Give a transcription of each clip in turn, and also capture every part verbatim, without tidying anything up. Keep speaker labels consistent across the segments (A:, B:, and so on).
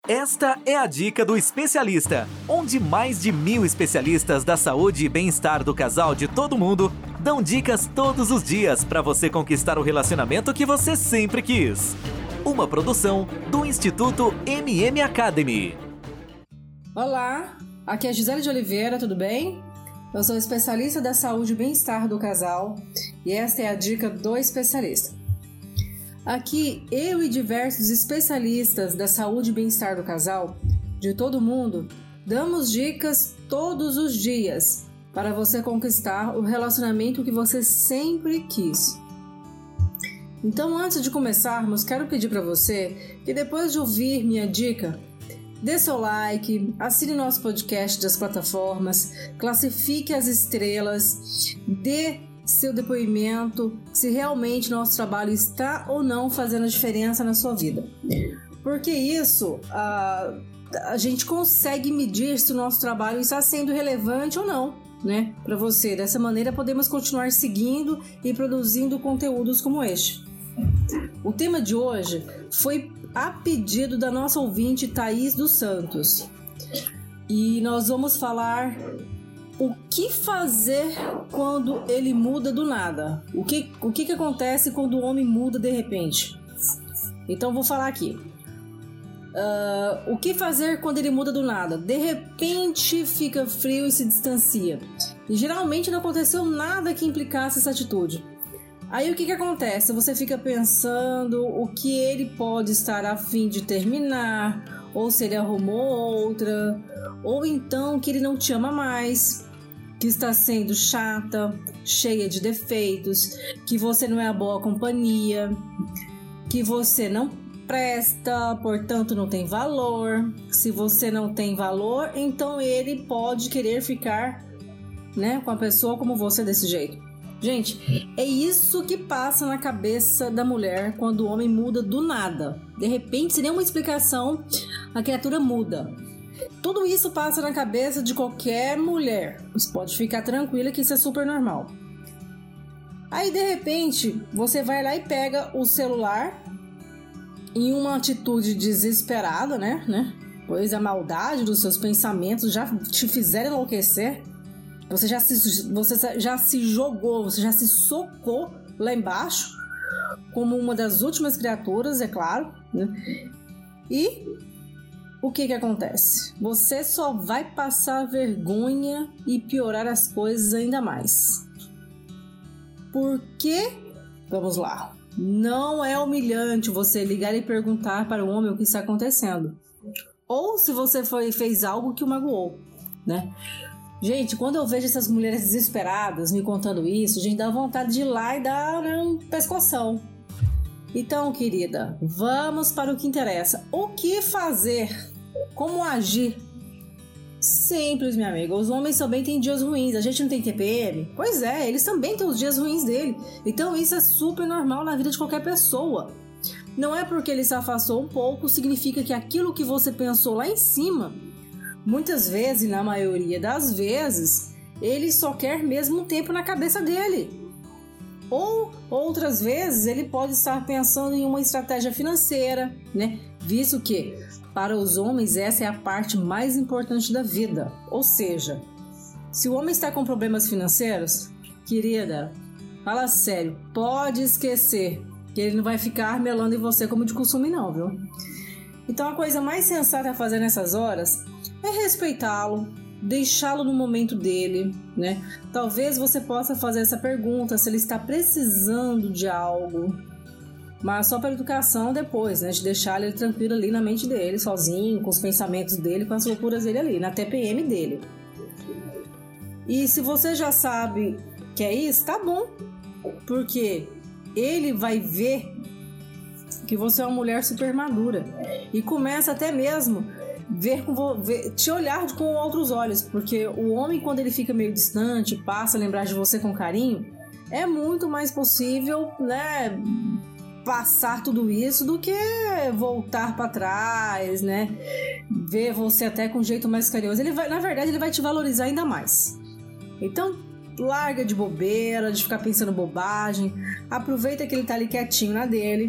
A: Esta é a dica do especialista, onde mais de mil especialistas da saúde e bem-estar do casal de todo mundo dão dicas todos os dias para você conquistar o relacionamento que você sempre quis. Uma produção do Instituto M M Academy.
B: Olá, aqui é a Gisele de Oliveira, tudo bem? Eu sou especialista da saúde e bem-estar do casal e esta é a dica do especialista. Aqui, eu e diversos especialistas da saúde e bem-estar do casal, de todo mundo, damos dicas todos os dias para você conquistar o relacionamento que você sempre quis. Então, antes de começarmos, quero pedir para você que depois de ouvir minha dica, dê seu like, assine nosso podcast das plataformas, classifique as estrelas, dê seu depoimento, se realmente nosso trabalho está ou não fazendo diferença na sua vida. Porque isso, a, a gente consegue medir se o nosso trabalho está sendo relevante ou não, né, para você. Dessa maneira, podemos continuar seguindo e produzindo conteúdos como este. O tema de hoje foi a pedido da nossa ouvinte Thaís dos Santos. E nós vamos falar o que fazer quando ele muda do nada. O que, o que, que acontece quando o homem muda de repente? Então vou falar aqui. Uh, o que fazer quando ele muda do nada? De repente fica frio e se distancia. E geralmente não aconteceu nada que implicasse essa atitude. Aí o que, que acontece? Você fica pensando o que ele pode estar a fim de terminar, ou se ele arrumou outra, ou então que ele não te ama mais, que está sendo chata, cheia de defeitos, que você não é a boa companhia, que você não presta, portanto não tem valor. Se você não tem valor, então ele pode querer ficar, né, com a pessoa como você desse jeito. Gente, é isso que passa na cabeça da mulher quando o homem muda do nada. De repente, sem nenhuma explicação, a criatura muda. Tudo isso passa na cabeça de qualquer mulher. Você pode ficar tranquila que isso é super normal. Aí, de repente, você vai lá e pega o celular em uma atitude desesperada, né? né? Pois a maldade dos seus pensamentos já te fizeram enlouquecer. Você já, se, você já se jogou, você já se socou lá embaixo, como uma das últimas criaturas, é claro, né? E o que que acontece? Você só vai passar vergonha e piorar as coisas ainda mais. Porque, vamos lá, não é humilhante você ligar e perguntar para o homem o que está acontecendo. Ou se você foi, fez algo que o magoou, né? Gente, quando eu vejo essas mulheres desesperadas me contando isso, a gente dá vontade de ir lá e dar, né, um pescoção. Então, querida, vamos para o que interessa. O que fazer? Como agir? Simples, minha amiga. Os homens também têm dias ruins. A gente não tem T P M? Pois é, eles também têm os dias ruins dele. Então, isso é super normal na vida de qualquer pessoa. Não é porque ele se afastou um pouco, significa que aquilo que você pensou lá em cima, muitas vezes, na maioria das vezes, ele só quer mesmo um tempo na cabeça dele. Ou, outras vezes, ele pode estar pensando em uma estratégia financeira, né? Visto que, para os homens, essa é a parte mais importante da vida. Ou seja, se o homem está com problemas financeiros, querida, fala sério, pode esquecer que ele não vai ficar melando em você como de costume não, viu? Então, a coisa mais sensata a fazer nessas horas é respeitá-lo, deixá-lo no momento dele, né? Talvez você possa fazer essa pergunta se ele está precisando de algo, mas só para educação depois, né? De deixar ele tranquilo ali na mente dele, sozinho, com os pensamentos dele, com as loucuras dele ali, na T P M dele. E se você já sabe que é isso, tá bom, porque ele vai ver que você é uma mulher super madura e começa até mesmo ver com ver, te olhar com outros olhos, porque o homem, quando ele fica meio distante, passa a lembrar de você com carinho, é muito mais possível, né, passar tudo isso do que voltar para trás, né, ver você até com um jeito mais carinhoso. Ele vai, na verdade, ele vai te valorizar ainda mais. Então, larga de bobeira, de ficar pensando bobagem, aproveita que ele tá ali quietinho na dele,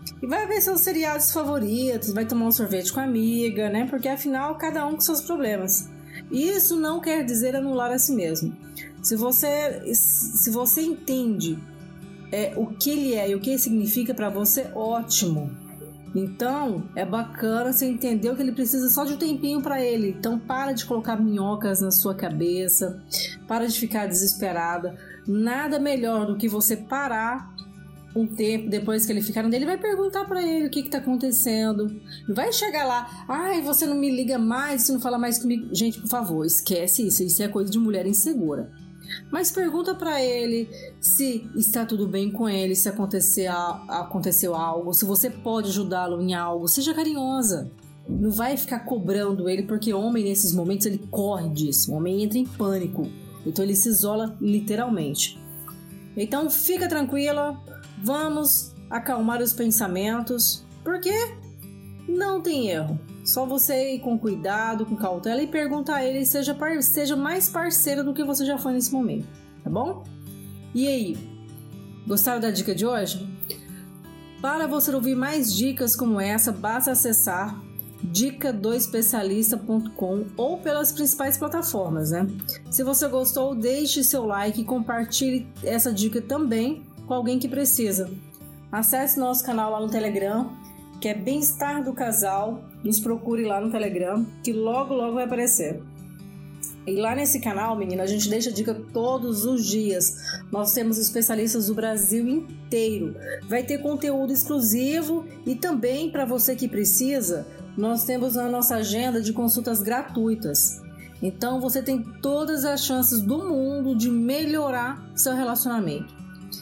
B: E vai ver seus seriados favoritos, vai tomar um sorvete com a amiga, né? Porque afinal, cada um com seus problemas. Isso não quer dizer anular a si mesmo. Se você, se você entende é, o que ele é e o que ele significa para você, ótimo. Então, é bacana você entender o que ele precisa só de um tempinho para ele. Então, para de colocar minhocas na sua cabeça, para de ficar desesperada. Nada melhor do que você parar um tempo depois que ele ficar dele, vai perguntar para ele o que que tá acontecendo. Não vai chegar lá, ai, você não me liga mais, você não fala mais comigo. Gente, por favor, esquece isso. Isso é coisa de mulher insegura. Mas pergunta para ele se está tudo bem com ele, se acontecer, aconteceu algo, se você pode ajudá-lo em algo. Seja carinhosa. Não vai ficar cobrando ele, porque homem nesses momentos ele corre disso. O homem entra em pânico. Então ele se isola literalmente. Então fica tranquila, vamos acalmar os pensamentos, porque não tem erro. Só você ir com cuidado, com cautela e perguntar a ele, seja, par- seja mais parceira do que você já foi nesse momento, tá bom? E aí, gostaram da dica de hoje? Para você ouvir mais dicas como essa, basta acessar dica do especialista ponto com ou pelas principais plataformas, né? Se você gostou, deixe seu like e compartilhe essa dica também com alguém que precisa. Acesse nosso canal lá no Telegram, que é Bem-Estar do Casal. Nos procure lá no Telegram, que logo, logo vai aparecer. E lá nesse canal, menina, a gente deixa dica todos os dias. Nós temos especialistas do Brasil inteiro. Vai ter conteúdo exclusivo e também, para você que precisa, nós temos a nossa agenda de consultas gratuitas. Então, você tem todas as chances do mundo de melhorar seu relacionamento.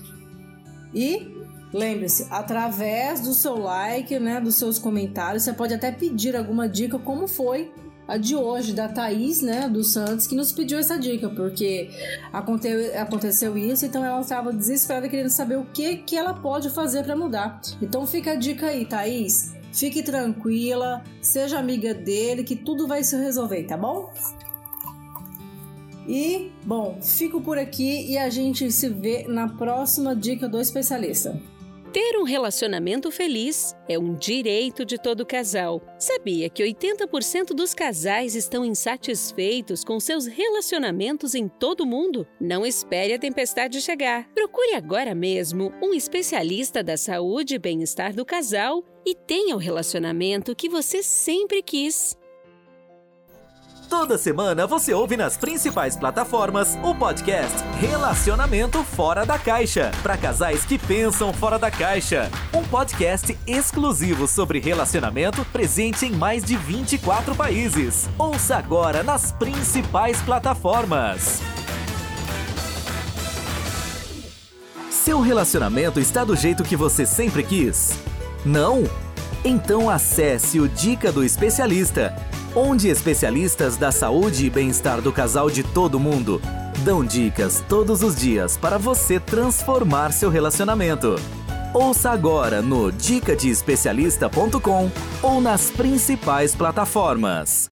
B: E lembre-se, através do seu like, né, dos seus comentários, você pode até pedir alguma dica, como foi a de hoje, da Thaís, né, do Santos, que nos pediu essa dica, porque aconte- aconteceu isso, então ela estava desesperada querendo saber o que, que ela pode fazer para mudar. Então fica a dica aí, Thaís, fique tranquila, seja amiga dele, que tudo vai se resolver, tá bom? E, bom, fico por aqui e a gente se vê na próxima dica do especialista.
C: Ter um relacionamento feliz é um direito de todo casal. Sabia que oitenta por cento dos casais estão insatisfeitos com seus relacionamentos em todo o mundo? Não espere a tempestade chegar. Procure agora mesmo um especialista da saúde e bem-estar do casal e tenha o relacionamento que você sempre quis.
A: Toda semana você ouve nas principais plataformas o podcast Relacionamento Fora da Caixa, para casais que pensam fora da caixa. Um podcast exclusivo sobre relacionamento presente em mais de vinte e quatro países. Ouça agora nas principais plataformas. Seu relacionamento está do jeito que você sempre quis? Não? Então acesse o Dica do Especialista, onde especialistas da saúde e bem-estar do casal de todo mundo dão dicas todos os dias para você transformar seu relacionamento. Ouça agora no dica de especialista ponto com ou nas principais plataformas.